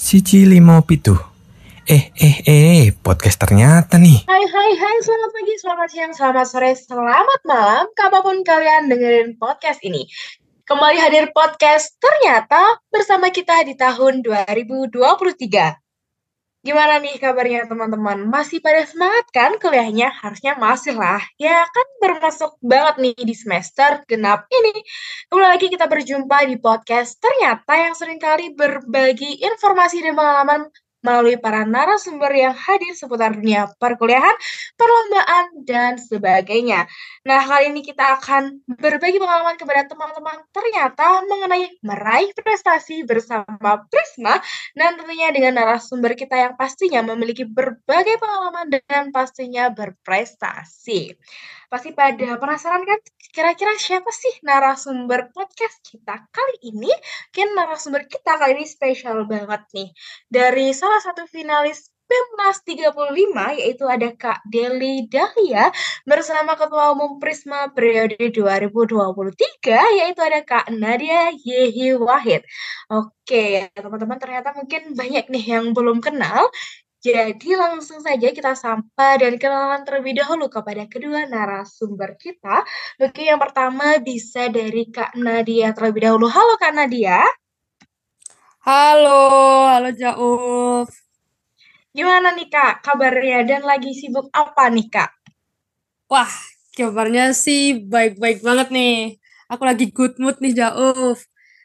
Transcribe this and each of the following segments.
Siji limo pitu. Podcast ternyata nih. Hai, selamat pagi, selamat siang, selamat sore, selamat malam, kapanpun kalian dengerin podcast ini. Kembali hadir podcast ternyata bersama kita di tahun 2023. Gimana nih kabarnya teman-teman? Masih pada semangat kan kuliahnya? Harusnya masih lah. Ya kan bermasuk banget nih di semester genap ini. Kembali lagi kita berjumpa di podcast ternyata yang seringkali berbagi informasi dan pengalaman melalui para narasumber yang hadir seputar dunia perkuliahan, perlombaan, dan sebagainya. Nah, kali ini kita akan berbagi pengalaman kepada teman-teman ternyata mengenai meraih prestasi bersama Prisma dan tentunya dengan narasumber kita yang pastinya memiliki berbagai pengalaman dan pastinya berprestasi. Pasti pada penasaran kan kira-kira siapa sih narasumber podcast kita kali ini? Mungkin narasumber kita kali ini spesial banget nih. Dari salah satu finalis PEMNAS 35, yaitu ada Kak Deli Dahlia bersama Ketua Umum Prisma periode 2023, yaitu ada Kak Nadia Yehi Wahid. Oke, teman-teman ternyata mungkin banyak nih yang belum kenal. Jadi langsung saja kita sapa dan kenalan terlebih dahulu kepada kedua narasumber kita. Mungkin yang pertama bisa dari Kak Nadia terlebih dahulu. Halo Kak Nadia. Halo, halo Jauf. Gimana nih Kak kabarnya dan lagi sibuk apa nih Kak? Wah, kabarnya sih baik-baik banget nih. Aku lagi good mood nih Jauf.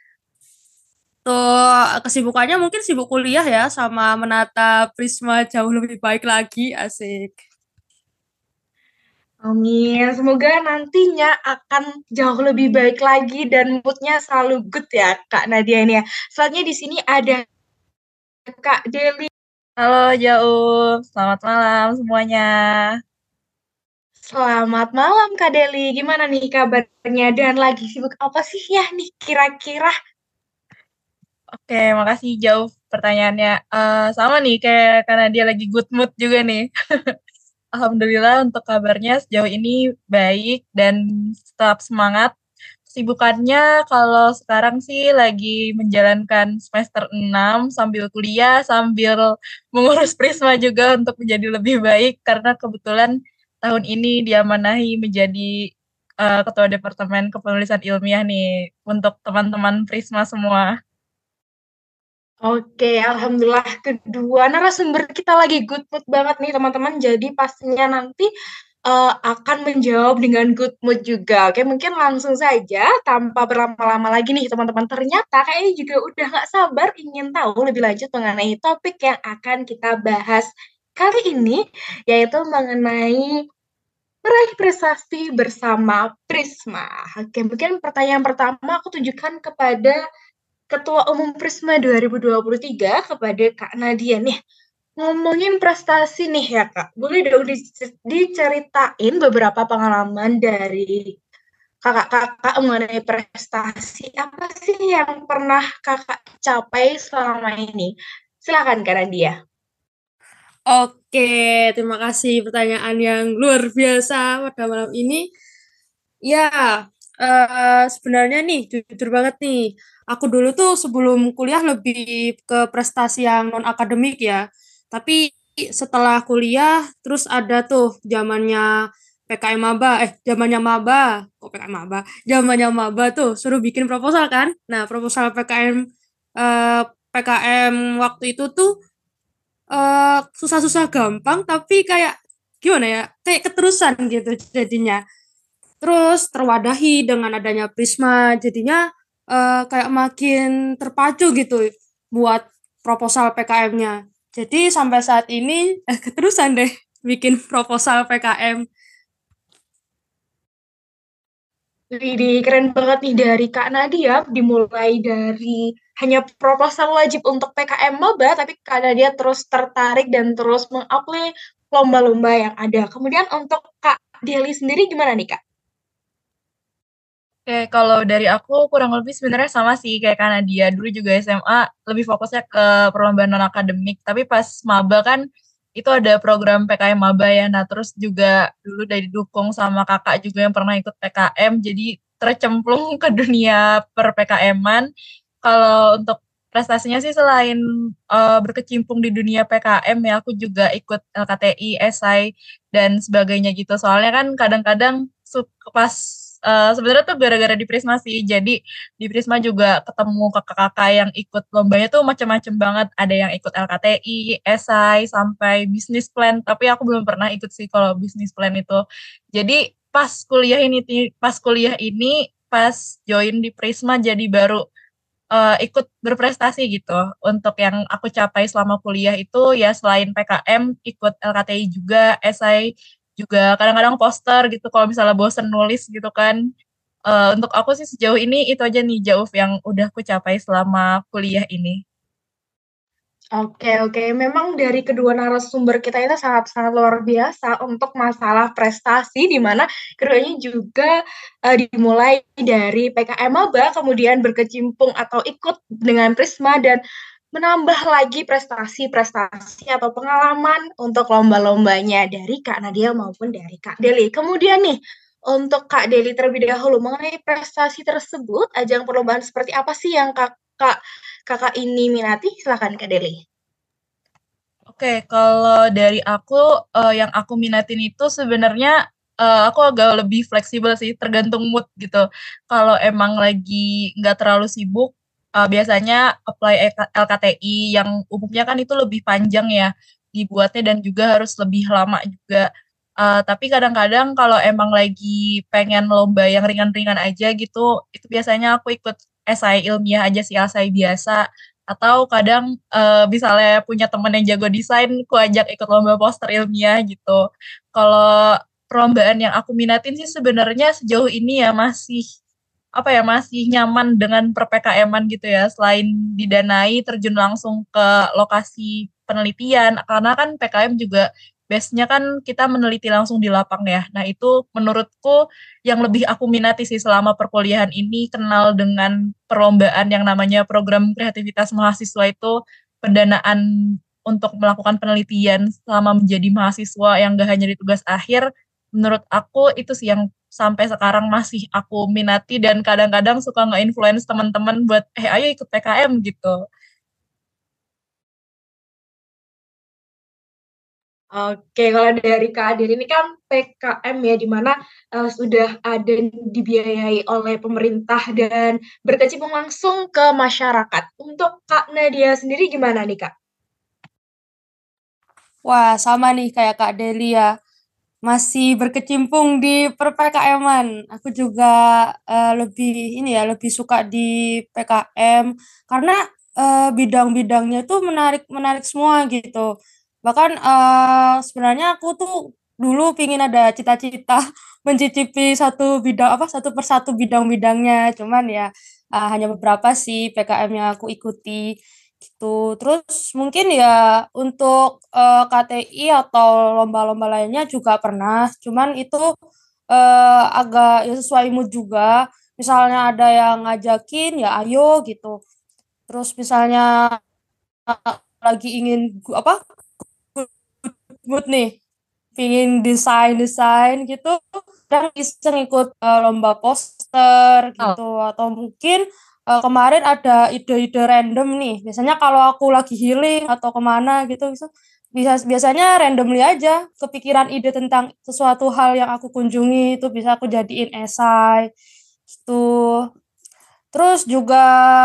Tuh, kesibukannya mungkin sibuk kuliah ya, sama menata Prisma jauh lebih baik lagi, asik. Amin. Semoga nantinya akan jauh lebih baik lagi dan moodnya selalu good ya Kak Nadia ini ya. Selanjutnya di sini ada Kak Deli. Halo Jauf, selamat malam semuanya. Selamat malam Kak Deli. Gimana nih kabarnya dan lagi sibuk apa sih ya nih kira-kira? Oke, makasih Jauf pertanyaannya. Sama nih kayak karena dia lagi good mood juga nih. Alhamdulillah untuk kabarnya sejauh ini baik dan tetap semangat. Kesibukannya kalau sekarang sih lagi menjalankan semester 6 sambil kuliah, sambil mengurus Prisma juga untuk menjadi lebih baik karena kebetulan tahun ini diamanahi menjadi Ketua Departemen Kepenulisan Ilmiah nih untuk teman-teman Prisma semua. Oke, alhamdulillah kedua narasumber kita lagi good mood banget nih teman-teman. Jadi pastinya nanti akan menjawab dengan good mood juga. Oke, mungkin langsung saja tanpa berlama-lama lagi nih teman-teman. Ternyata kayaknya juga udah nggak sabar ingin tahu lebih lanjut mengenai topik yang akan kita bahas kali ini, yaitu mengenai meraih prestasi bersama Prisma. Oke, mungkin pertanyaan pertama aku tujukan kepada Ketua Umum Prisma 2023 kepada Kak Nadia nih. Ngomongin prestasi nih ya Kak, boleh dong diceritain beberapa pengalaman dari kakak-kakak mengenai prestasi. Apa sih yang pernah kakak capai selama ini? Silakan Kak Nadia. Oke, terima kasih pertanyaan yang luar biasa pada malam ini. Ya, sebenarnya nih, jujur banget nih, aku dulu tuh sebelum kuliah lebih ke prestasi yang non-akademik ya. Tapi setelah kuliah, terus ada tuh zamannya PKM Maba, zamannya Maba, kok PKM Maba? Zamannya Maba tuh suruh bikin proposal kan? Nah, proposal eh, PKM waktu itu tuh susah-susah gampang, tapi kayak gimana ya? Kayak keterusan gitu jadinya. Terus terwadahi dengan adanya Prisma, jadinya kayak makin terpacu gitu buat proposal PKM-nya. Jadi sampai saat ini keterusan deh bikin proposal PKM. Widih, keren banget nih dari Kak Nadia, dimulai dari hanya proposal wajib untuk PKM Maba, tapi Kak Nadia terus tertarik dan terus mengapply lomba-lomba yang ada. Kemudian untuk Kak Deli sendiri gimana nih Kak? Oke, kalau dari aku kurang lebih sebenarnya sama sih kayak karena dia dulu juga SMA lebih fokusnya ke perlombaan non akademik, tapi pas maba kan itu ada program PKM maba ya. Nah, terus juga dulu dari dukung sama kakak juga yang pernah ikut PKM, jadi tercemplung ke dunia per PKM-an. Kalau untuk prestasinya sih selain berkecimpung di dunia PKM ya, aku juga ikut LKTI, esai, dan sebagainya gitu. Soalnya kan kadang-kadang pas sebenarnya tuh gara-gara di Prisma sih. Jadi di Prisma juga ketemu kakak-kakak yang ikut lombanya tuh macam-macam banget. Ada yang ikut LKTI, esai, sampai bisnis plan. Tapi aku belum pernah ikut sih kalau bisnis plan itu. Jadi pas kuliah ini pas join di Prisma jadi baru ikut berprestasi gitu. Untuk yang aku capai selama kuliah itu ya selain PKM, ikut LKTI juga, esai juga, kadang-kadang poster gitu kalau misalnya bosen nulis gitu kan. Untuk aku sih sejauh ini itu aja nih jauh yang udah aku capai selama kuliah ini. Oke, oke. Memang dari kedua narasumber kita itu sangat-sangat luar biasa untuk masalah prestasi, di mana keduanya juga dimulai dari PKM Maba, kemudian berkecimpung atau ikut dengan Prisma, dan menambah lagi prestasi-prestasi atau pengalaman untuk lomba-lombanya dari Kak Nadia maupun dari Kak Deli. Kemudian nih, untuk Kak Deli terlebih dahulu, mengenai prestasi tersebut, ajang perlombaan seperti apa sih yang kakak ini minati? Silakan Kak Deli. Oke, kalau dari aku yang aku minatin itu sebenarnya aku agak lebih fleksibel sih, tergantung mood gitu. Kalau emang lagi nggak terlalu sibuk, biasanya apply LKTI yang umumnya kan itu lebih panjang ya dibuatnya dan juga harus lebih lama juga. Tapi kadang-kadang kalau emang lagi pengen lomba yang ringan-ringan aja gitu, itu biasanya aku ikut esai ilmiah aja sih, esai biasa atau kadang misalnya punya temen yang jago desain, ku ajak ikut lomba poster ilmiah gitu. Kalau perlombaan yang aku minatin sih sebenarnya sejauh ini ya masih apa ya masih nyaman dengan per-PKM-an gitu ya. Selain didanai terjun langsung ke lokasi penelitian, karena kan PKM juga base-nya kan kita meneliti langsung di lapang ya. Nah itu menurutku yang lebih aku minati sih selama perkuliahan ini, kenal dengan perlombaan yang namanya program kreativitas mahasiswa itu, pendanaan untuk melakukan penelitian selama menjadi mahasiswa yang gak hanya di tugas akhir. Menurut aku itu sih yang sampai sekarang masih aku minati dan kadang-kadang suka nge-influence teman-teman buat ayo ikut PKM gitu. Oke, kalau dari Kak Adil ini kan PKM ya, di mana sudah ada dibiayai oleh pemerintah dan berkecimpung langsung ke masyarakat. Untuk Kak Nadia sendiri gimana nih Kak? Wah, sama nih kayak Kak Deli ya. Masih berkecimpung di per-PKM-an. Aku juga lebih suka di PKM karena bidang-bidangnya tuh menarik semua gitu. Bahkan sebenarnya aku tuh dulu pingin ada cita-cita mencicipi satu persatu bidang-bidangnya. Cuman ya hanya beberapa sih PKM yang aku ikuti gitu. Terus mungkin ya untuk KTI atau lomba-lomba lainnya juga pernah, cuman itu agak ya sesuai mood juga. Misalnya ada yang ngajakin ya ayo gitu. Terus misalnya lagi ingin mood nih, pingin desain-desain gitu, dan iseng ikut lomba poster Oh, gitu, atau mungkin kemarin ada ide-ide random nih. Biasanya kalau aku lagi healing atau kemana gitu, biasanya randomly aja kepikiran ide tentang sesuatu hal yang aku kunjungi itu bisa aku jadiin esai gitu. Terus juga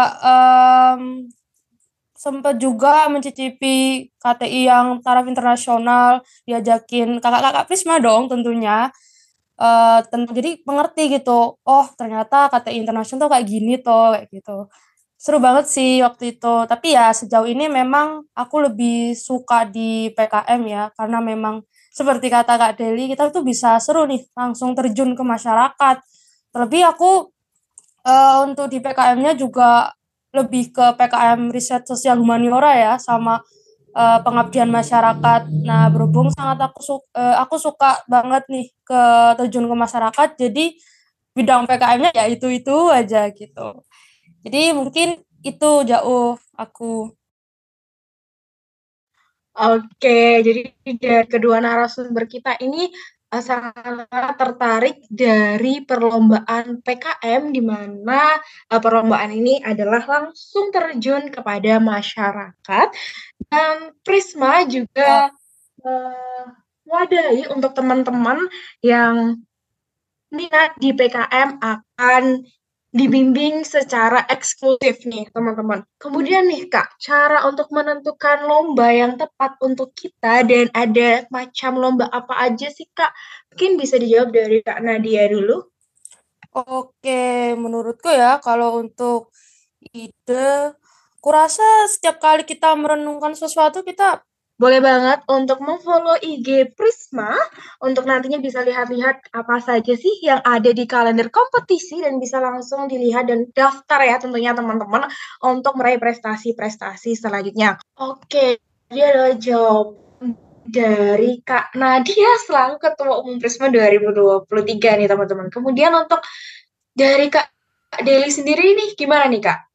sempat juga mencicipi KTI yang taraf internasional, diajakin kakak-kakak Prisma dong tentunya. Jadi mengerti gitu, oh ternyata KTI internasional tuh kayak gini tuh, kayak gitu. Seru banget sih waktu itu. Tapi ya sejauh ini memang aku lebih suka di PKM ya, karena memang seperti kata Kak Deli, kita tuh bisa seru nih langsung terjun ke masyarakat. Terlebih aku untuk di PKM-nya juga lebih ke PKM riset sosial humaniora ya, sama pengabdian masyarakat. Nah, berhubung aku suka banget nih ke terjun ke masyarakat, jadi bidang PKM-nya ya itu aja gitu. Jadi mungkin itu jauh aku. Oke, jadi dari kedua narasumber kita ini sangat tertarik dari perlombaan PKM, di mana perlombaan ini adalah langsung terjun kepada masyarakat, dan Prisma juga wadahi untuk teman-teman yang minat di PKM akan dibimbing secara eksklusif nih teman-teman. Kemudian nih Kak, cara untuk menentukan lomba yang tepat untuk kita, dan ada macam lomba apa aja sih Kak? Mungkin bisa dijawab dari Kak Nadia dulu. Oke, menurutku ya, kalau untuk ide, kurasa setiap kali kita merenungkan sesuatu, kita Boleh banget untuk memfollow IG Prisma untuk nantinya bisa lihat-lihat apa saja sih yang ada di kalender kompetisi, dan bisa langsung dilihat dan daftar ya tentunya teman-teman untuk meraih prestasi-prestasi selanjutnya. Oke, dia adalah jawaban dari Kak Nadia selaku Ketua Umum Prisma 2023 nih teman-teman. Kemudian untuk dari Kak Deli sendiri nih gimana nih Kak?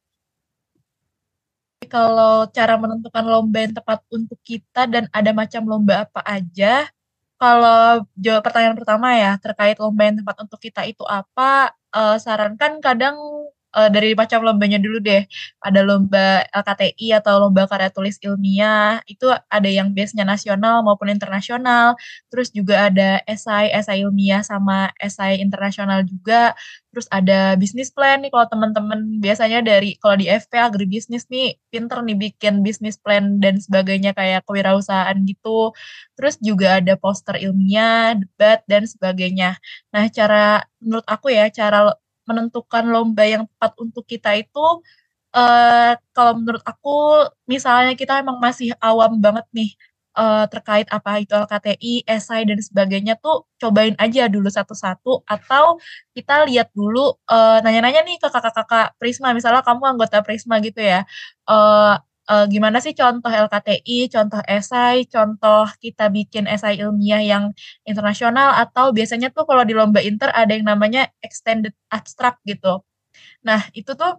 Kalau cara menentukan lomba yang tepat untuk kita dan ada macam lomba apa aja, kalau jawab pertanyaan pertama ya, terkait lomba yang tepat untuk kita itu apa, sarankan kadang, dari macam lombanya dulu deh. Ada lomba LKTI atau lomba karya tulis ilmiah, itu ada yang base-nya nasional maupun internasional, terus juga ada esai ilmiah sama esai internasional juga, terus ada bisnis plan nih kalau teman-teman biasanya kalau di FP agribisnis nih, pinter nih bikin bisnis plan dan sebagainya kayak kewirausahaan gitu. Terus juga ada poster ilmiah, debat, dan sebagainya. Nah, menurut aku ya, cara menentukan lomba yang tepat untuk kita itu, kalau menurut aku, misalnya kita emang masih awam banget nih, terkait apa itu LKTI, esai, dan sebagainya tuh, cobain aja dulu satu-satu, atau kita lihat dulu, nanya-nanya nih ke kakak-kakak Prisma, misalnya kamu anggota Prisma gitu ya, eee gimana sih contoh LKTI, contoh esai, contoh kita bikin esai ilmiah yang internasional, atau biasanya tuh kalau di lomba inter ada yang namanya extended abstract gitu. Nah, itu tuh,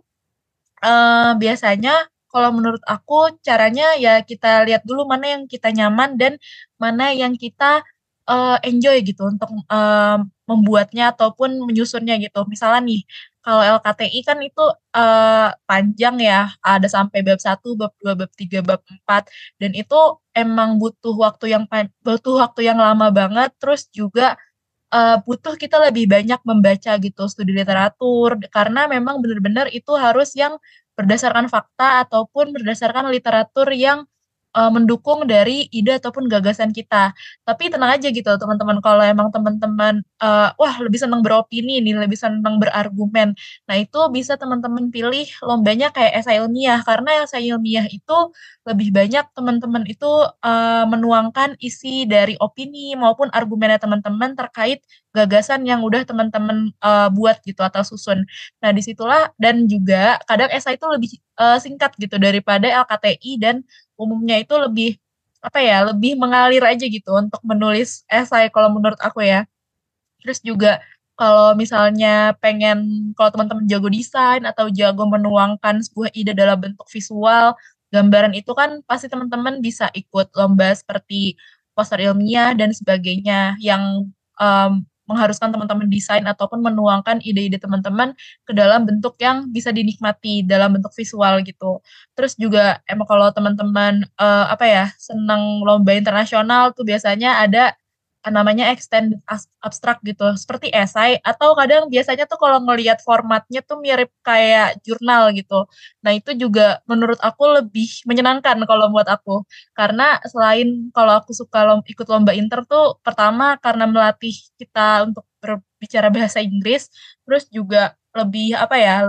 biasanya kalau menurut aku caranya ya kita lihat dulu mana yang kita nyaman dan mana yang kita, enjoy gitu untuk, membuatnya ataupun menyusunnya gitu. Misalnya nih, kalau LKTI kan itu, panjang ya, ada sampai bab 1, bab 2, bab 3, bab 4, dan itu emang butuh waktu yang lama banget, terus juga butuh kita lebih banyak membaca gitu, studi literatur, karena memang benar-benar itu harus yang berdasarkan fakta ataupun berdasarkan literatur yang, mendukung dari ide ataupun gagasan kita. Tapi tenang aja gitu teman-teman, kalau emang teman-teman, wah lebih senang beropini nih, lebih senang berargumen. Nah itu bisa teman-teman pilih lombanya kayak esai ilmiah, karena esai ilmiah itu lebih banyak teman-teman itu, menuangkan isi dari opini maupun argumennya teman-teman terkait gagasan yang udah teman-teman, buat gitu atau susun. Nah disitulah, dan juga kadang esai itu lebih, singkat gitu daripada LKTI, dan umumnya itu lebih, apa ya, lebih mengalir aja gitu untuk menulis esai kalau menurut aku ya. Terus juga kalau misalnya kalau teman-teman jago desain atau jago menuangkan sebuah ide dalam bentuk visual, gambaran itu kan pasti teman-teman bisa ikut lomba seperti poster ilmiah dan sebagainya yang, mengharuskan teman-teman desain ataupun menuangkan ide-ide teman-teman ke dalam bentuk yang bisa dinikmati dalam bentuk visual gitu. Terus juga emang kalau teman-teman, apa ya, senang lomba internasional tuh biasanya ada namanya extended abstract gitu, seperti esai atau kadang biasanya tuh kalau ngelihat formatnya tuh mirip kayak jurnal gitu. Nah, itu juga menurut aku lebih menyenangkan kalau buat aku. Karena selain kalau aku suka ikut lomba inter tuh, pertama karena melatih kita untuk berbicara bahasa Inggris, terus juga lebih, apa ya,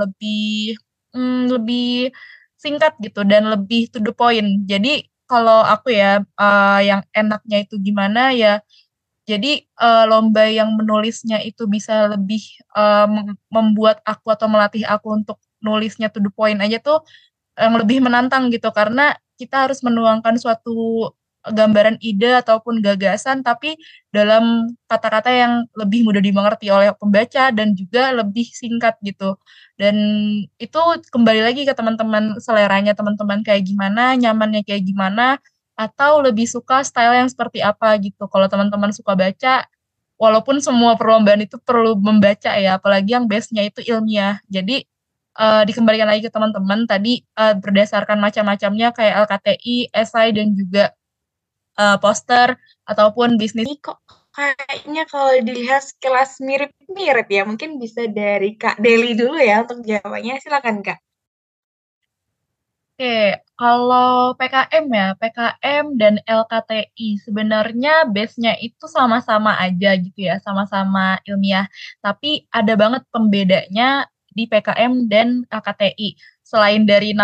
lebih singkat gitu dan lebih to the point. Jadi kalau aku ya, yang enaknya itu gimana ya, jadi, lomba yang menulisnya itu bisa lebih, membuat aku atau melatih aku untuk nulisnya to the point aja tuh, yang lebih menantang gitu. Karena kita harus menuangkan suatu gambaran ide ataupun gagasan, tapi dalam kata-kata yang lebih mudah dimengerti oleh pembaca dan juga lebih singkat gitu. Dan itu kembali lagi ke teman-teman, seleranya teman-teman kayak gimana, nyamannya kayak gimana, atau lebih suka style yang seperti apa gitu. Kalau teman-teman suka baca, walaupun semua perlombaan itu perlu membaca ya, apalagi yang base-nya itu ilmiah. Jadi dikembalikan lagi ke teman-teman tadi berdasarkan macam-macamnya kayak LKTI, esai dan juga poster ataupun bisnis. Ini kok kayaknya kalau dilihat sekilas mirip-mirip ya. Mungkin bisa dari Kak Deli dulu ya untuk jawabannya. Silakan Kak. Oke, kalau PKM ya, PKM dan LKTI sebenarnya base-nya itu sama-sama aja gitu ya, sama-sama ilmiah. Tapi ada banget pembedanya di PKM dan LKTI. Selain dari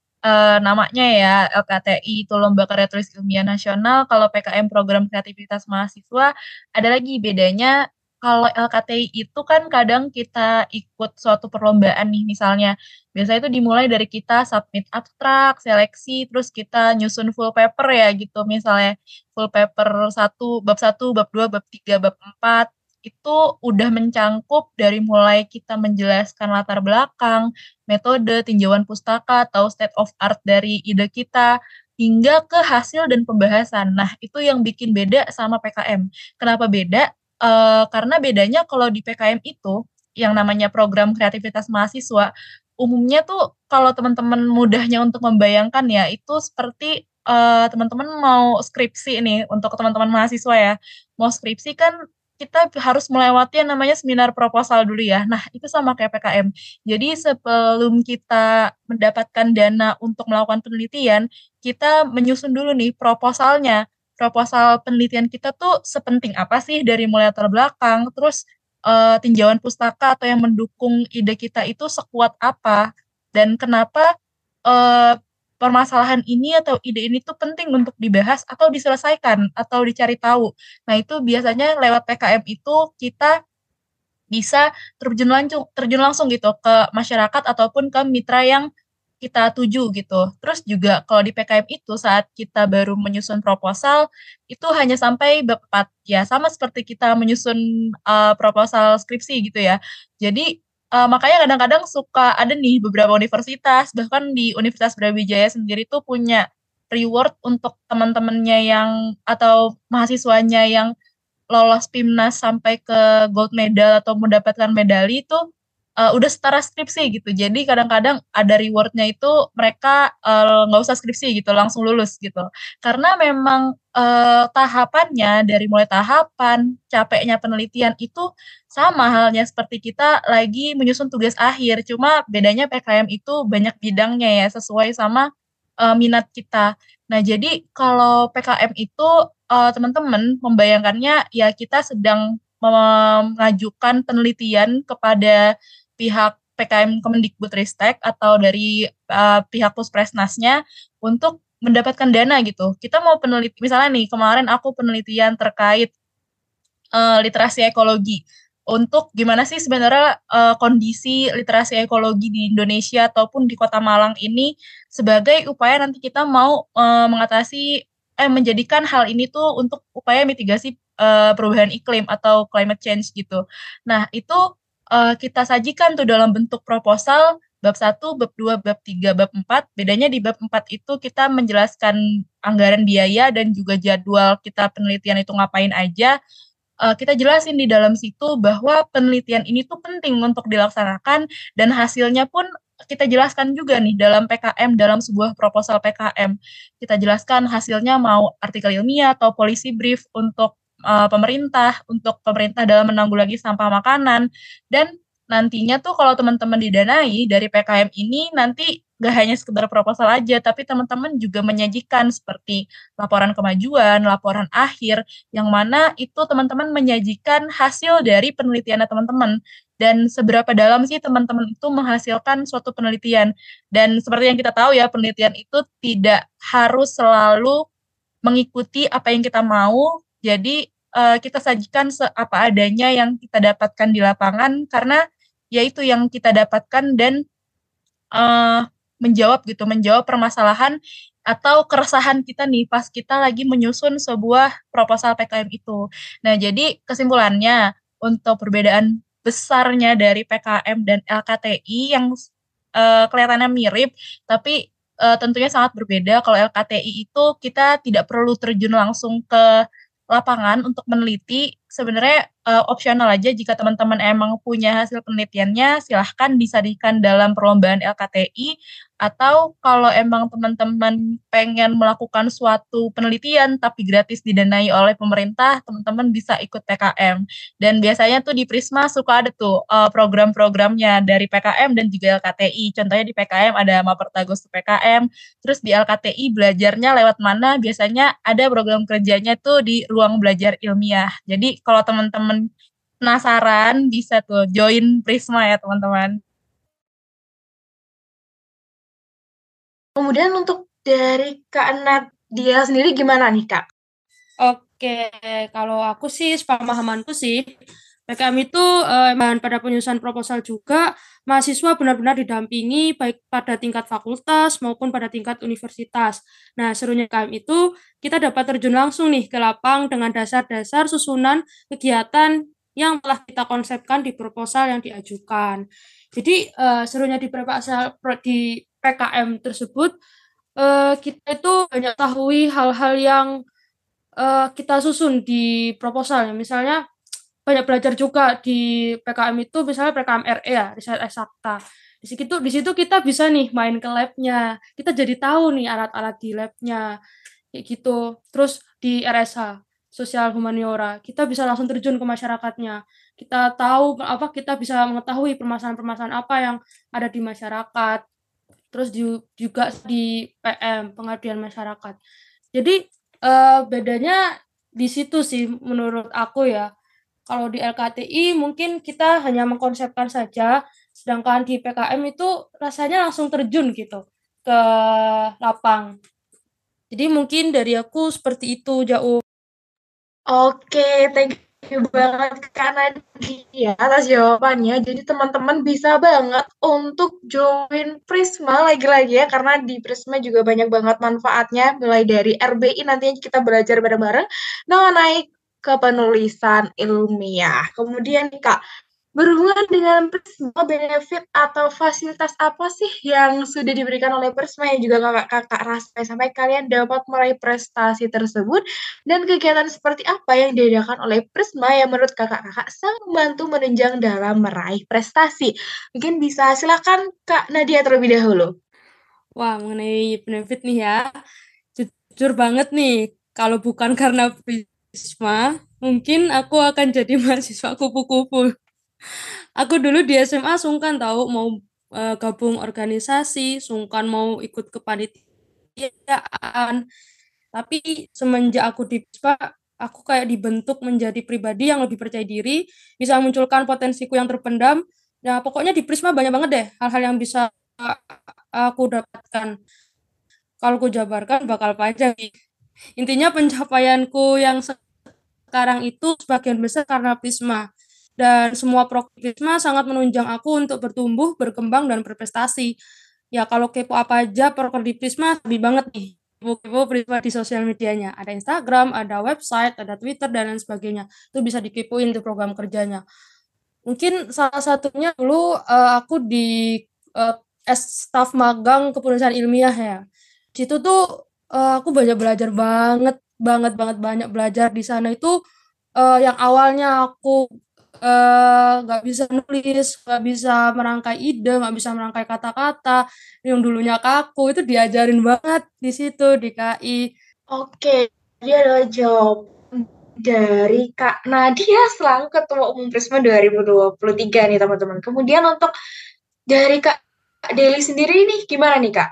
namanya ya, LKTI itu Lomba Karya Tulis Ilmiah Nasional, kalau PKM Program Kreativitas Mahasiswa, ada lagi bedanya. Kalau LKTI itu kan kadang kita ikut suatu perlombaan nih, misalnya biasanya itu dimulai dari kita submit abstrak, seleksi, terus kita nyusun full paper ya gitu. Misalnya full paper satu, bab 2, bab 3, bab 4 itu udah mencangkup dari mulai kita menjelaskan latar belakang, metode, tinjauan pustaka, atau state of art dari ide kita, hingga ke hasil dan pembahasan. Nah, itu yang bikin beda sama PKM. Kenapa beda? Karena bedanya kalau di PKM itu, yang namanya program kreativitas mahasiswa, umumnya tuh kalau teman-teman mudahnya untuk membayangkan ya, itu seperti teman-teman mau skripsi nih, untuk teman-teman mahasiswa ya, mau skripsi kan kita harus melewati yang namanya seminar proposal dulu ya. Nah, itu sama kayak PKM. Jadi sebelum kita mendapatkan dana untuk melakukan penelitian, kita menyusun dulu nih proposalnya. Proposal penelitian kita tuh sepenting apa sih dari mulai latar belakang, terus tinjauan pustaka atau yang mendukung ide kita itu sekuat apa, dan kenapa eh, permasalahan ini atau ide ini tuh penting untuk dibahas atau diselesaikan atau dicari tahu. Nah, itu biasanya lewat PKM itu kita bisa terjun langsung gitu ke masyarakat ataupun ke mitra yang kita tuju gitu. Terus juga kalau di PKM itu saat kita baru menyusun proposal itu hanya sampai bab 4. Ya sama seperti kita menyusun proposal skripsi gitu ya. Jadi makanya kadang-kadang suka ada nih beberapa universitas, bahkan di Universitas Brawijaya sendiri tuh punya reward untuk teman-temannya yang atau mahasiswanya yang lolos PIMNAS sampai ke gold medal atau mendapatkan medali itu udah setara skripsi gitu. Jadi kadang-kadang ada rewardnya itu mereka nggak usah skripsi gitu, langsung lulus gitu. Karena memang tahapannya dari mulai tahapan capeknya penelitian itu sama halnya seperti kita lagi menyusun tugas akhir. Cuma bedanya PKM itu banyak bidangnya ya sesuai sama minat kita. Nah, jadi kalau PKM itu teman-teman membayangkannya ya kita sedang mengajukan penelitian kepada pihak PKM Kemendikbudristek atau dari pihak Puspresnasnya untuk mendapatkan dana gitu. Kita mau peneliti, misalnya nih kemarin aku penelitian terkait literasi ekologi. Untuk gimana sih sebenarnya kondisi literasi ekologi di Indonesia ataupun di Kota Malang ini sebagai upaya nanti kita mau menjadikan hal ini tuh untuk upaya mitigasi perubahan iklim atau climate change gitu. Nah, itu kita sajikan tuh dalam bentuk proposal bab 1, bab 2, bab 3, bab 4. Bedanya di bab 4 itu kita menjelaskan anggaran biaya dan juga jadwal kita penelitian itu ngapain aja. Kita jelasin di dalam situ bahwa penelitian ini tuh penting untuk dilaksanakan dan hasilnya pun kita jelaskan juga nih dalam PKM, dalam sebuah proposal PKM. Kita jelaskan hasilnya mau artikel ilmiah atau policy brief untuk untuk pemerintah dalam menanggulangi sampah makanan. Dan nantinya tuh kalau teman-teman didanai dari PKM ini nanti gak hanya sekedar proposal aja, tapi teman-teman juga menyajikan seperti laporan kemajuan, laporan akhir, yang mana itu teman-teman menyajikan hasil dari penelitiannya teman-teman dan seberapa dalam sih teman-teman itu menghasilkan suatu penelitian. Dan seperti yang kita tahu ya, penelitian itu tidak harus selalu mengikuti apa yang kita mau. Jadi kita sajikan apa adanya yang kita dapatkan di lapangan karena yaitu yang kita dapatkan dan menjawab permasalahan atau keresahan kita nih pas kita lagi menyusun sebuah proposal PKM itu. Nah, jadi kesimpulannya untuk perbedaan besarnya dari PKM dan LKTI yang kelihatannya mirip, tapi tentunya sangat berbeda. Kalau LKTI itu kita tidak perlu terjun langsung ke lapangan untuk meneliti, sebenarnya opsional aja jika teman-teman emang punya hasil penelitiannya, silahkan disajikan dalam perlombaan LKTI, atau kalau emang teman-teman pengen melakukan suatu penelitian tapi gratis didanai oleh pemerintah, teman-teman bisa ikut PKM. Dan biasanya tuh di Prisma suka ada tuh program-programnya dari PKM dan juga LKTI. Contohnya di PKM ada Mapertagos PKM, terus di LKTI belajarnya lewat mana? Biasanya ada program kerjanya tuh di ruang belajar ilmiah. Jadi kalau teman-teman penasaran bisa tuh join Prisma ya teman-teman. Kemudian untuk dari Kak Nadia sendiri gimana nih, Kak? Oke, kalau aku sih, sepemahamanku sih, PKM itu pada penyusunan proposal juga, mahasiswa benar-benar didampingi baik pada tingkat fakultas maupun pada tingkat universitas. Nah, serunya PKM itu, kita dapat terjun langsung nih ke lapang dengan dasar-dasar susunan kegiatan yang telah kita konsepkan di proposal yang diajukan. Jadi, serunya di PKM tersebut, kita itu banyak tahu hal-hal yang kita susun di proposal. Misalnya banyak belajar juga di PKM itu, misalnya PKM RE ya, riset eksakta. Di situ kita bisa nih main ke lab-nya. Kita jadi tahu nih alat-alat di lab-nya kayak gitu. Terus di RSH, sosial humaniora, kita bisa langsung terjun ke masyarakatnya. Kita tahu apa, kita bisa mengetahui permasalahan-permasalahan apa yang ada di masyarakat. Terus juga di PM, pengabdian masyarakat. Jadi bedanya di situ sih menurut aku ya. Kalau di LKTI mungkin kita hanya mengkonsepkan saja, sedangkan di PKM itu rasanya langsung terjun gitu ke lapang. Jadi mungkin dari aku seperti itu, jauh. Oke, thank you banget Kak Nadia atas jawabannya. Jadi teman-teman bisa banget untuk join Prisma lagi-lagi ya, karena di Prisma juga banyak banget manfaatnya, mulai dari RBI nantinya kita belajar bareng-bareng mengenai kepenulisan ilmiah. Kemudian nih Kak, berhubungan dengan Prisma, benefit atau fasilitas apa sih yang sudah diberikan oleh Prisma yang juga kakak-kakak rasain sampai kalian dapat meraih prestasi tersebut, dan kegiatan seperti apa yang diadakan oleh Prisma yang menurut kakak-kakak sangat membantu menunjang dalam meraih prestasi? Mungkin bisa silakan Kak Nadia terlebih dahulu. Wah, mengenai benefit nih ya, jujur banget nih, kalau bukan karena Prisma, mungkin aku akan jadi mahasiswa kupu-kupu. Aku dulu di SMA sungkan tahu mau gabung organisasi, sungkan mau ikut kepanitiaan. Tapi semenjak aku di Prisma, aku kayak dibentuk menjadi pribadi yang lebih percaya diri, bisa memunculkan potensiku yang terpendam. Nah, pokoknya di Prisma banyak banget deh hal-hal yang bisa aku dapatkan. Kalau aku jabarkan bakal panjang. Intinya pencapaianku yang sekarang itu sebagian besar karena Prisma. Dan semua program Prisma sangat menunjang aku untuk bertumbuh, berkembang, dan berprestasi. Ya, kalau kepo apa aja program di Prisma, lebih banget nih. Kepo Prisma di sosial medianya. Ada Instagram, ada website, ada Twitter, dan lain sebagainya. Itu bisa dikepoin tuh program kerjanya. Mungkin salah satunya dulu aku di staf magang kepenulisan ilmiah ya. Di situ tuh aku banyak belajar banget, banget, banget banyak belajar di sana itu yang awalnya aku nggak bisa nulis, nggak bisa merangkai ide, nggak bisa merangkai kata-kata, yang dulunya kaku itu diajarin banget di situ di KI. Oke, dia adalah jawaban dari Kak Nadia selaku Ketua Umum Prisma 2023 nih teman-teman. Kemudian untuk dari Kak Deli sendiri nih, gimana nih Kak?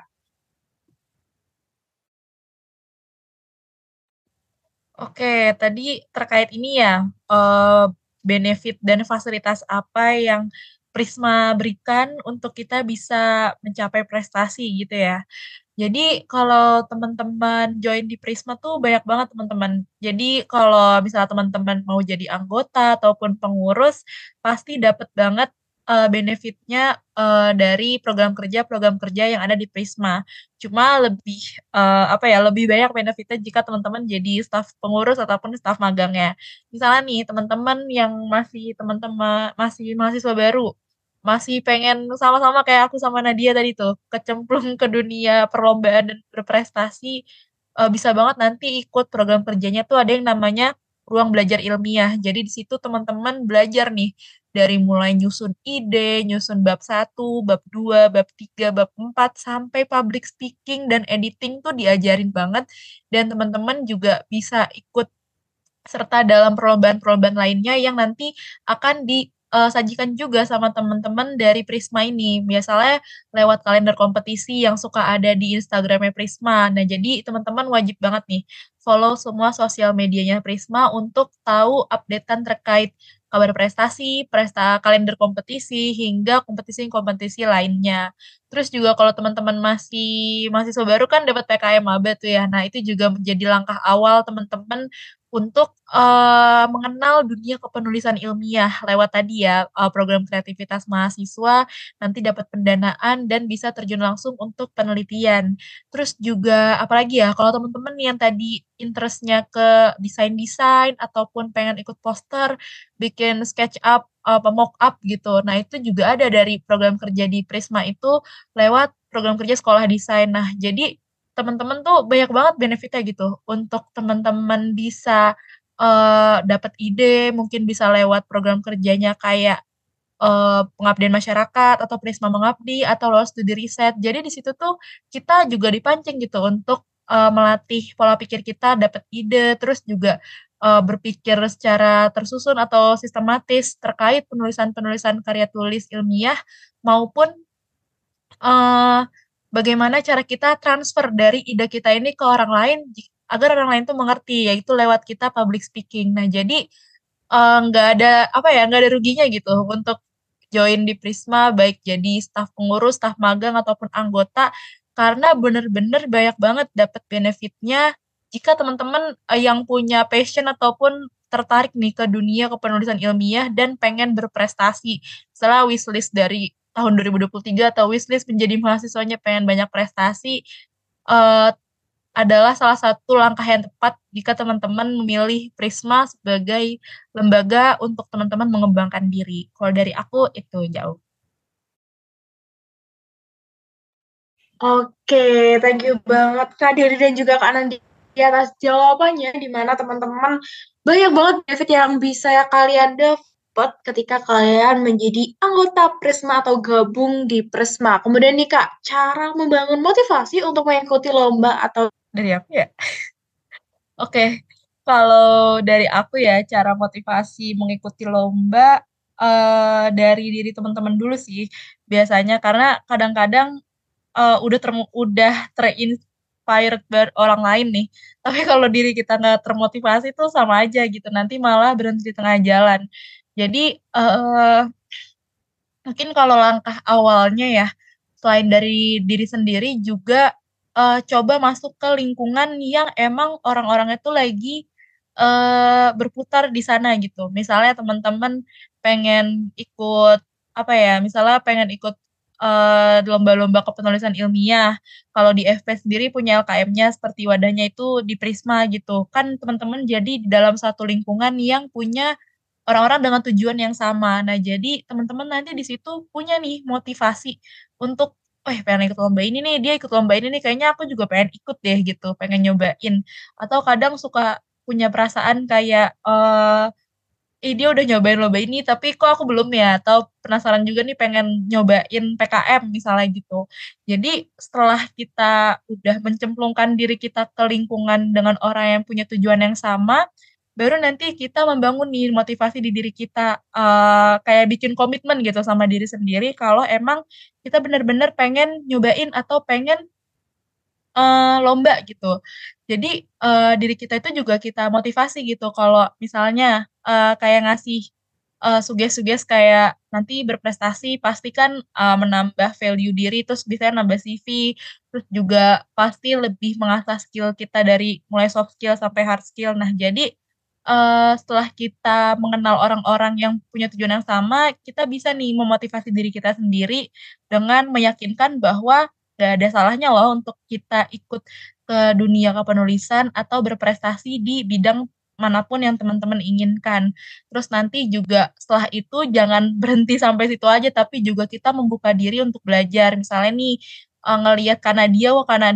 Oke, tadi terkait ini ya, benefit dan fasilitas apa yang Prisma berikan untuk kita bisa mencapai prestasi gitu ya. Jadi kalau teman-teman join di Prisma tuh banyak banget teman-teman. Jadi kalau misalnya teman-teman mau jadi anggota ataupun pengurus, pasti dapat banget benefitnya dari program kerja yang ada di Prisma. Cuma lebih lebih banyak benefitnya jika teman-teman jadi staf pengurus ataupun staf magangnya. Misalnya nih teman-teman yang masih mahasiswa baru, masih pengen sama-sama kayak aku sama Nadia tadi tuh, kecemplung ke dunia perlombaan dan berprestasi, bisa banget nanti ikut program kerjanya tuh ada yang namanya ruang belajar ilmiah. Jadi di situ teman-teman belajar nih dari mulai nyusun ide, nyusun bab 1, bab 2, bab 3, bab 4, sampai public speaking dan editing tuh diajarin banget. Dan teman-teman juga bisa ikut serta dalam perlombaan-perlombaan lainnya yang nanti akan disajikan juga sama teman-teman dari Prisma ini. Biasanya lewat kalender kompetisi yang suka ada di Instagramnya Prisma. Nah, jadi teman-teman wajib banget nih follow semua sosial medianya Prisma untuk tahu updatean terkait kabar prestasi, kalender kompetisi, hingga kompetisi-kompetisi lainnya. Terus juga kalau teman-teman masih mahasiswa baru kan dapat PKM Maba tuh ya. Nah, itu juga menjadi langkah awal teman-teman untuk mengenal dunia kepenulisan ilmiah lewat tadi ya, program kreativitas mahasiswa, nanti dapat pendanaan dan bisa terjun langsung untuk penelitian. Terus juga apalagi ya, kalau teman-teman yang tadi interest-nya ke desain-desain ataupun pengen ikut poster, bikin sketch up, mock up gitu. Nah, itu juga ada dari program kerja di Prisma itu lewat program kerja sekolah desain. Nah, jadi teman-teman tuh banyak banget benefitnya gitu untuk teman-teman bisa dapat ide, mungkin bisa lewat program kerjanya kayak pengabdian masyarakat atau Prisma Mengabdi atau lewat studi riset. Jadi di situ tuh kita juga dipancing gitu untuk melatih pola pikir kita, dapat ide, terus juga berpikir secara tersusun atau sistematis terkait penulisan-penulisan karya tulis ilmiah maupun eee, bagaimana cara kita transfer dari ide kita ini ke orang lain agar orang lain tuh mengerti, yaitu lewat kita public speaking. Nah, jadi, nggak ada, apa ya, nggak ada ruginya gitu untuk join di Prisma, baik jadi staf pengurus, staf magang, ataupun anggota, karena bener-bener banyak banget dapat benefit-nya jika teman-teman, yang punya passion ataupun tertarik nih ke dunia kepenulisan ilmiah dan pengen berprestasi. Misalnya wishlist dari tahun 2023 atau wishlist menjadi mahasiswanya pengen banyak prestasi, eee, adalah salah satu langkah yang tepat jika teman-teman memilih Prisma sebagai lembaga untuk teman-teman mengembangkan diri. Kalau dari aku itu jauh. Oke, thank you banget Kak Dery dan juga Kak Nandi atas jawabannya, di mana teman-teman banyak banget benefit yang bisa kalian dapat ketika kalian menjadi anggota Prisma atau gabung di Prisma. Kemudian nih Kak, cara membangun motivasi untuk mengikuti lomba atau Dari aku ya? Oke, kalau dari aku ya, cara motivasi mengikuti lomba, dari diri teman-teman dulu sih, biasanya. Karena kadang-kadang, udah ter-inspired orang lain nih, tapi kalau diri kita nggak termotivasi tuh sama aja gitu, nanti malah berhenti di tengah jalan. Jadi, mungkin kalau langkah awalnya ya, selain dari diri sendiri juga, coba masuk ke lingkungan yang emang orang-orangnya tuh lagi, berputar di sana gitu. Misalnya teman-teman pengen ikut, apa ya, misalnya pengen ikut, lomba-lomba kepenulisan ilmiah, kalau di FP sendiri punya LKM-nya seperti wadahnya itu di Prisma gitu. Kan teman-teman jadi di dalam satu lingkungan yang punya orang-orang dengan tujuan yang sama. Nah, jadi teman-teman nanti di situ punya nih motivasi untuk, "Wah, pengen ikut lomba ini nih, dia ikut lomba ini nih, kayaknya aku juga pengen ikut deh," gitu, pengen nyobain. Atau kadang suka punya perasaan kayak, "Ih, dia udah nyobain lomba ini, tapi kok aku belum ya?" Atau penasaran juga nih pengen nyobain PKM misalnya gitu. Jadi setelah kita udah mencemplungkan diri kita ke lingkungan dengan orang yang punya tujuan yang sama, baru nanti kita membangun nih motivasi di diri kita, kayak bikin komitmen gitu sama diri sendiri kalau emang kita bener-bener pengen nyobain atau pengen lomba gitu. Jadi, diri kita itu juga kita motivasi gitu kalau misalnya, kayak ngasih, suges-suges kayak, "Nanti berprestasi pasti kan, menambah value diri, terus bisa nambah CV, terus juga pasti lebih mengasah skill kita dari mulai soft skill sampai hard skill." Nah, jadi, setelah kita mengenal orang-orang yang punya tujuan yang sama, kita bisa nih memotivasi diri kita sendiri dengan meyakinkan bahwa nggak ada salahnya loh untuk kita ikut ke dunia kepenulisan atau berprestasi di bidang manapun yang teman-teman inginkan. Terus nanti juga setelah itu jangan berhenti sampai situ aja, tapi juga kita membuka diri untuk belajar. Misalnya nih, ngelihat Kanadia, wah Kanadia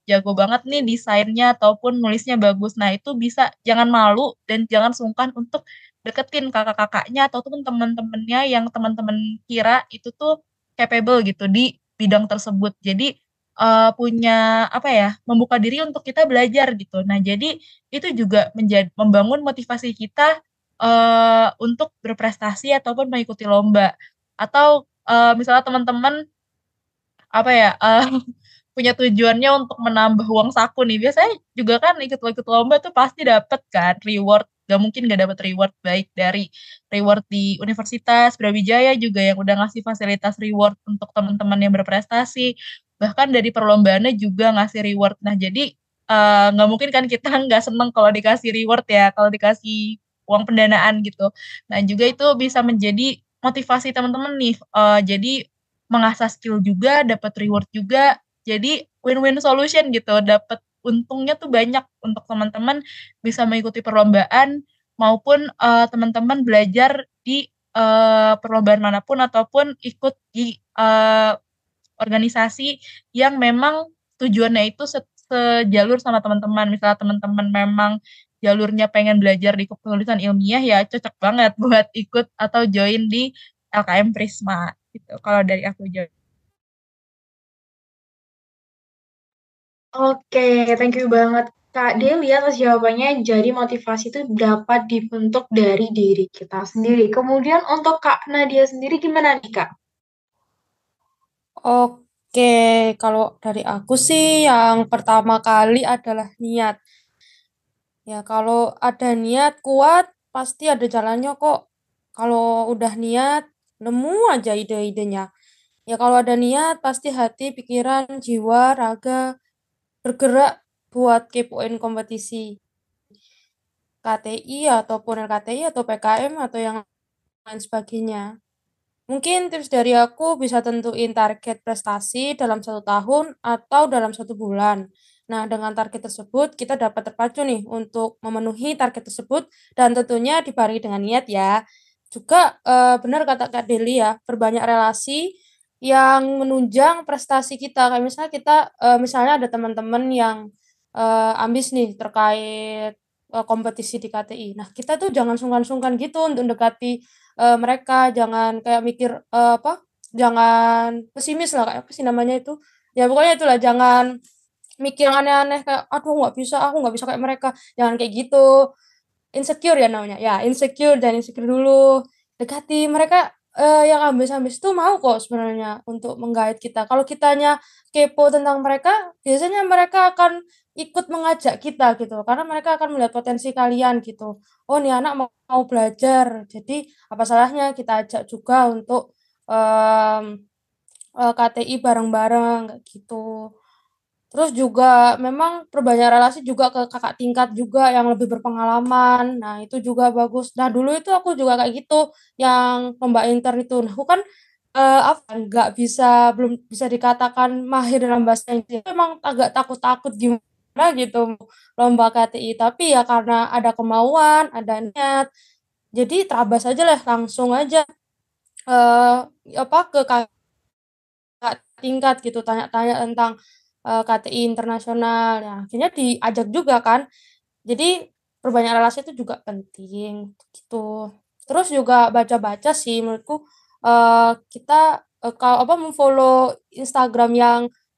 jago banget nih desainnya ataupun nulisnya bagus. Nah, itu bisa jangan malu dan jangan sungkan untuk deketin kakak-kakaknya ataupun teman-temannya yang teman-teman kira itu tuh capable gitu di bidang tersebut. Jadi, punya apa ya, membuka diri untuk kita belajar gitu. Nah, jadi itu juga membangun motivasi kita, untuk berprestasi ataupun mengikuti lomba. Atau, misalnya teman-teman apa ya, punya tujuannya untuk menambah uang saku nih, biasanya juga kan ikut lomba tuh pasti dapet kan reward, gak mungkin gak dapet reward, baik dari reward di Universitas Brawijaya juga yang udah ngasih fasilitas reward untuk teman-teman yang berprestasi, bahkan dari perlombaannya juga ngasih reward. Nah jadi, nggak mungkin kan kita nggak seneng kalau dikasih reward ya, kalau dikasih uang pendanaan gitu. Nah juga itu bisa menjadi motivasi teman-teman nih, jadi mengasah skill juga, dapat reward juga, jadi win-win solution gitu, dapat untungnya tuh banyak untuk teman-teman bisa mengikuti perlombaan maupun, teman-teman belajar di, perlombaan manapun ataupun ikut di, organisasi yang memang tujuannya itu sejalur sama teman-teman. Misalnya teman-teman memang jalurnya pengen belajar di penulisan ilmiah, ya cocok banget buat ikut atau join di LKM Prisma, gitu, kalau dari aku Oke, thank you banget Kak Deli atas jawabannya. Jadi motivasi itu dapat dibentuk dari diri kita sendiri. Kemudian untuk Kak Nadia sendiri gimana nih Kak? Oke, kalau dari aku sih yang pertama kali adalah niat. Ya, kalau ada niat kuat, pasti ada jalannya kok. Kalau udah niat, nemu aja ide-idenya. Ya, kalau ada niat, pasti hati, pikiran, jiwa, raga bergerak buat kepoin kompetisi KTI ataupun LKTI atau PKM atau yang lain sebagainya. Mungkin tips dari aku bisa tentuin target prestasi dalam 1 tahun atau dalam 1 bulan. Nah, dengan target tersebut kita dapat terpacu nih untuk memenuhi target tersebut dan tentunya dibarengi dengan niat ya. Juga benar kata Kak Deli ya, perbanyak relasi yang menunjang prestasi kita. Kayak misalnya kita misalnya ada teman-teman yang ambis nih terkait kompetisi di KTI. Nah, kita tuh jangan sungkan-sungkan gitu untuk mendekati mereka, jangan kayak mikir, jangan pesimis lah, kayak apa sih namanya itu, ya pokoknya itulah, jangan mikir yang aneh-aneh kayak, "Aduh aku nggak bisa kayak mereka," jangan kayak gitu. Insecure ya namanya? Ya, insecure, jangan insecure dulu, dekati mereka, yang ambis-ambis itu mau kok sebenarnya untuk meng-guide kita. Kalau kitanya kepo tentang mereka, biasanya mereka akan ikut mengajak kita gitu, karena mereka akan melihat potensi kalian gitu. "Oh, nih anak mau belajar, jadi apa salahnya kita ajak juga untuk, mmm, KTI bareng-bareng," kayak gitu. Terus juga memang perbanyak relasi juga ke kakak tingkat juga yang lebih berpengalaman. Nah, itu juga bagus. Nah, dulu itu aku juga kayak gitu, yang lomba intern itu. Nah, aku kan, nggak bisa belum bisa dikatakan mahir dalam bahasa Inggris, memang agak takut-takut gimana gitu lomba KTI. Tapi ya karena ada kemauan, ada niat, jadi terabas aja lah, langsung aja, eee, ke kakak tingkat gitu, tanya-tanya tentang, KTI internasional. Ya akhirnya diajak juga kan. Jadi perbanyak relasi itu juga penting, gitu. Terus juga baca-baca sih menurutku, kita, kalau mem-follow Instagram yang,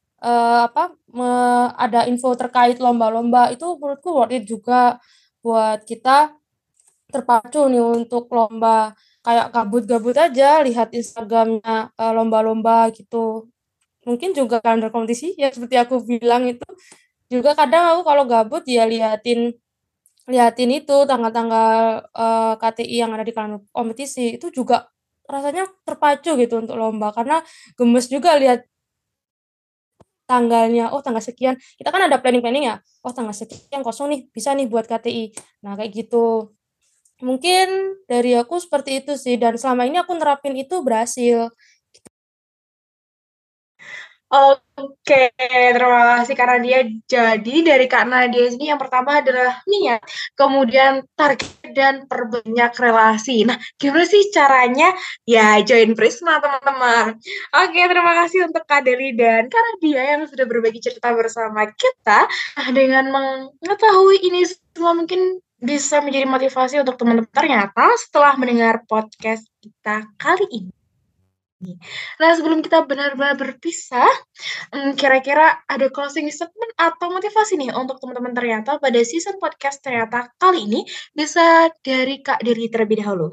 ada info terkait lomba-lomba itu menurutku worth it juga buat kita terpacu nih untuk lomba. Kayak gabut-gabut aja lihat Instagram-nya, lomba-lomba gitu. Mungkin juga kalender kompetisi ya seperti aku bilang itu, juga kadang aku kalau gabut ya liatin liatin itu tanggal-tanggal, KTI yang ada di kalender kompetisi, itu juga rasanya terpacu gitu untuk lomba, karena gemes juga lihat tanggalnya, oh tanggal sekian kita kan ada planning-planning ya, oh tanggal sekian kosong nih, bisa nih buat KTI. Nah kayak gitu. Mungkin dari aku seperti itu sih dan selama ini aku nerapin itu berhasil. Oke, terima kasih karena dia jadi dari Kak Nadia ini yang pertama adalah niat, kemudian target dan perbanyak relasi. Nah, gimana sih caranya? Ya, join Prisma teman-teman. Oke, terima kasih untuk Kak Deli dan Kak Nadia yang sudah berbagi cerita bersama kita. Nah, dengan mengetahui ini semua mungkin bisa menjadi motivasi untuk teman-teman ternyata setelah mendengar podcast kita kali ini. Nah, sebelum kita benar-benar berpisah, kira-kira ada closing statement atau motivasi nih untuk teman-teman ternyata pada season podcast ternyata kali ini bisa dari Kak Diri terlebih dahulu.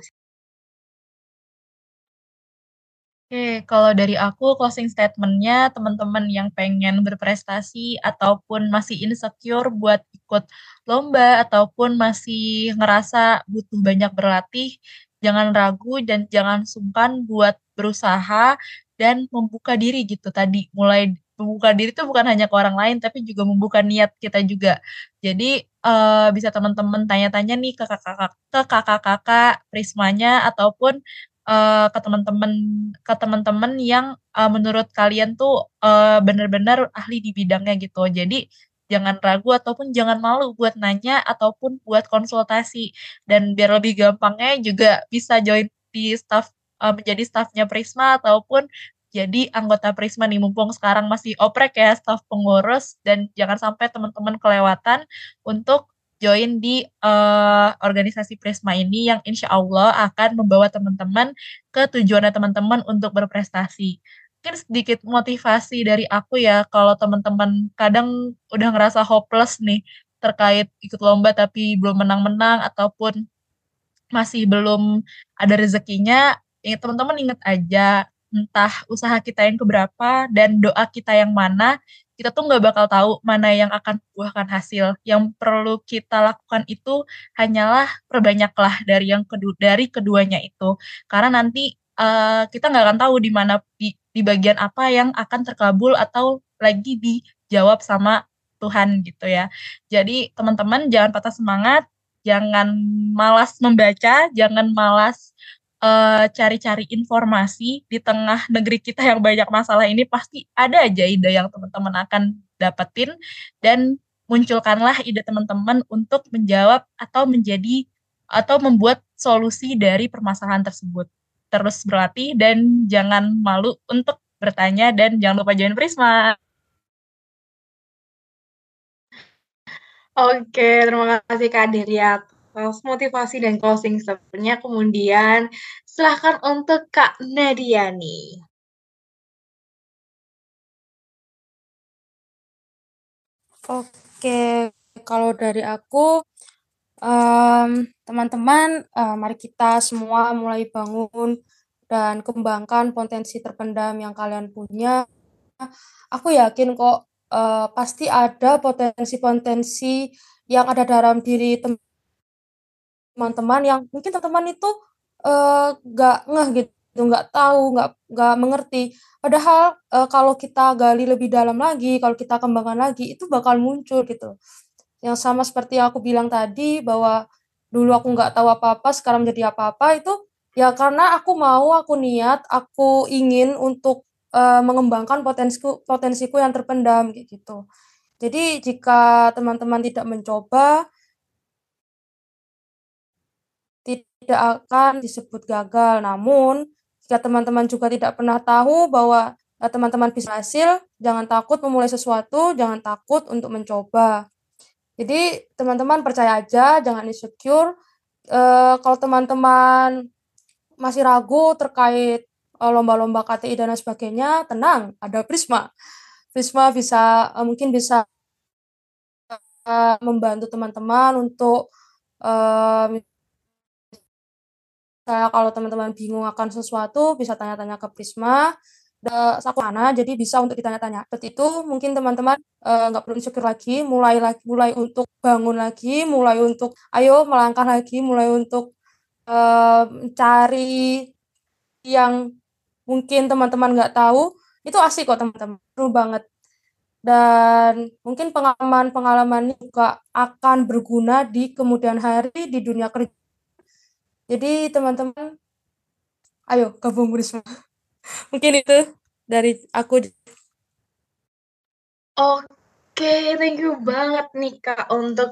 Oke, kalau dari aku closing statement-nya teman-teman yang pengen berprestasi ataupun masih insecure buat ikut lomba ataupun masih ngerasa butuh banyak berlatih, jangan ragu dan jangan sungkan buat berusaha dan membuka diri gitu tadi. Mulai membuka diri itu bukan hanya ke orang lain tapi juga membuka niat kita juga. Jadi bisa teman-teman tanya-tanya nih ke kakak-kakak Prismanya ataupun ke teman-teman yang menurut kalian tuh benar-benar ahli di bidangnya gitu. Jadi jangan ragu ataupun jangan malu buat nanya ataupun buat konsultasi. Dan biar lebih gampangnya juga bisa join di menjadi staffnya Prisma ataupun jadi anggota Prisma nih mumpung sekarang masih oprek ya staf pengurus dan jangan sampai teman-teman kelewatan untuk join di organisasi Prisma ini yang insya Allah akan membawa teman-teman ke tujuannya teman-teman untuk berprestasi. Mungkin sedikit motivasi dari aku ya, kalau teman-teman kadang udah ngerasa hopeless nih terkait ikut lomba tapi belum menang-menang ataupun masih belum ada rezekinya, ya teman-teman ingat aja, entah usaha kita yang keberapa dan doa kita yang mana, kita tuh nggak bakal tahu mana yang akan membuahkan hasil. Yang perlu kita lakukan itu hanyalah perbanyaklah dari keduanya itu. Karena nanti kita nggak akan tahu di mana di bagian apa yang akan terkabul atau lagi dijawab sama Tuhan gitu ya. Jadi teman-teman jangan patah semangat, jangan malas membaca, jangan malas cari-cari informasi di tengah negeri kita yang banyak masalah ini pasti ada aja ide yang teman-teman akan dapetin dan munculkanlah ide teman-teman untuk menjawab atau membuat solusi dari permasalahan tersebut. Terus berlatih dan jangan malu untuk bertanya dan jangan lupa join Prisma. Oke, terima kasih Kak Diri atas motivasi dan closing statement-nya. Kemudian silahkan untuk Kak Nadia nih. Oke, kalau dari aku, teman-teman, mari kita semua mulai bangun dan kembangkan potensi terpendam yang kalian punya. Aku yakin kok, pasti ada potensi-potensi yang ada dalam diri teman-teman yang mungkin teman-teman itu, nggak ngeh gitu, nggak tahu, nggak mengerti. Padahal, kalau kita gali lebih dalam lagi, kalau kita kembangkan lagi, itu bakal muncul gitu. Yang sama seperti yang aku bilang tadi, bahwa dulu aku nggak tahu apa-apa, sekarang jadi apa-apa, itu ya karena aku niat, aku ingin untuk, mengembangkan potensiku yang terpendam, kayak gitu. Jadi jika teman-teman tidak mencoba, tidak akan disebut gagal. Namun, jika teman-teman juga tidak pernah tahu bahwa teman-teman bisa hasil, jangan takut memulai sesuatu, jangan takut untuk mencoba. Jadi, teman-teman percaya aja, jangan insecure. Kalau teman-teman masih ragu terkait lomba-lomba KTI dan lain sebagainya, tenang, ada Prisma. Prisma mungkin bisa membantu teman-teman untuk misalnya kalau teman-teman bingung akan sesuatu, bisa tanya-tanya ke Prisma, aku mana, jadi bisa untuk ditanya-tanya. Seperti itu, mungkin teman-teman nggak perlu insecure lagi, mulai untuk bangun lagi, mulai untuk ayo melangkah lagi, mulai untuk mencari yang mungkin teman-teman nggak tahu, itu asik kok teman-teman, seru banget. Dan mungkin pengalaman-pengalaman ini juga akan berguna di kemudian hari di dunia kerja. Jadi teman-teman, ayo gabung Prisma. Mungkin itu dari aku. Oke, thank you banget nih Kak untuk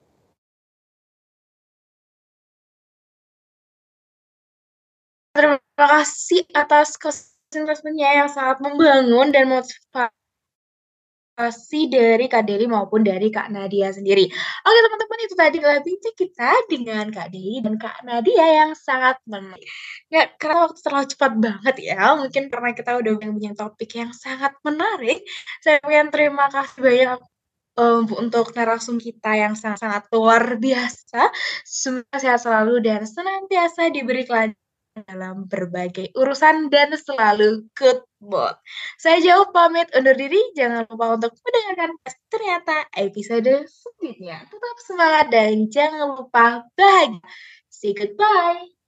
terima kasih atas kesimpulannya yang sangat membangun dan motivasi dari Kak Deli maupun dari Kak Nadia sendiri. Oke teman-teman, itu tadi adalah bincang kita dengan Kak Deli dan Kak Nadia yang sangat menarik. Nggak kerasa waktu terlalu cepat banget ya, mungkin karena kita udah bincang topik yang sangat menarik. Saya pengen terima kasih banyak untuk narasumber kita yang sangat-sangat luar biasa. Semoga sehat selalu dan senantiasa diberi kelancaran dalam berbagai urusan dan selalu good mood. Saya jauh pamit undur diri. Jangan lupa untuk mendengarkan ternyata episode selanjutnya. Tetap semangat dan jangan lupa bahagia. Say goodbye.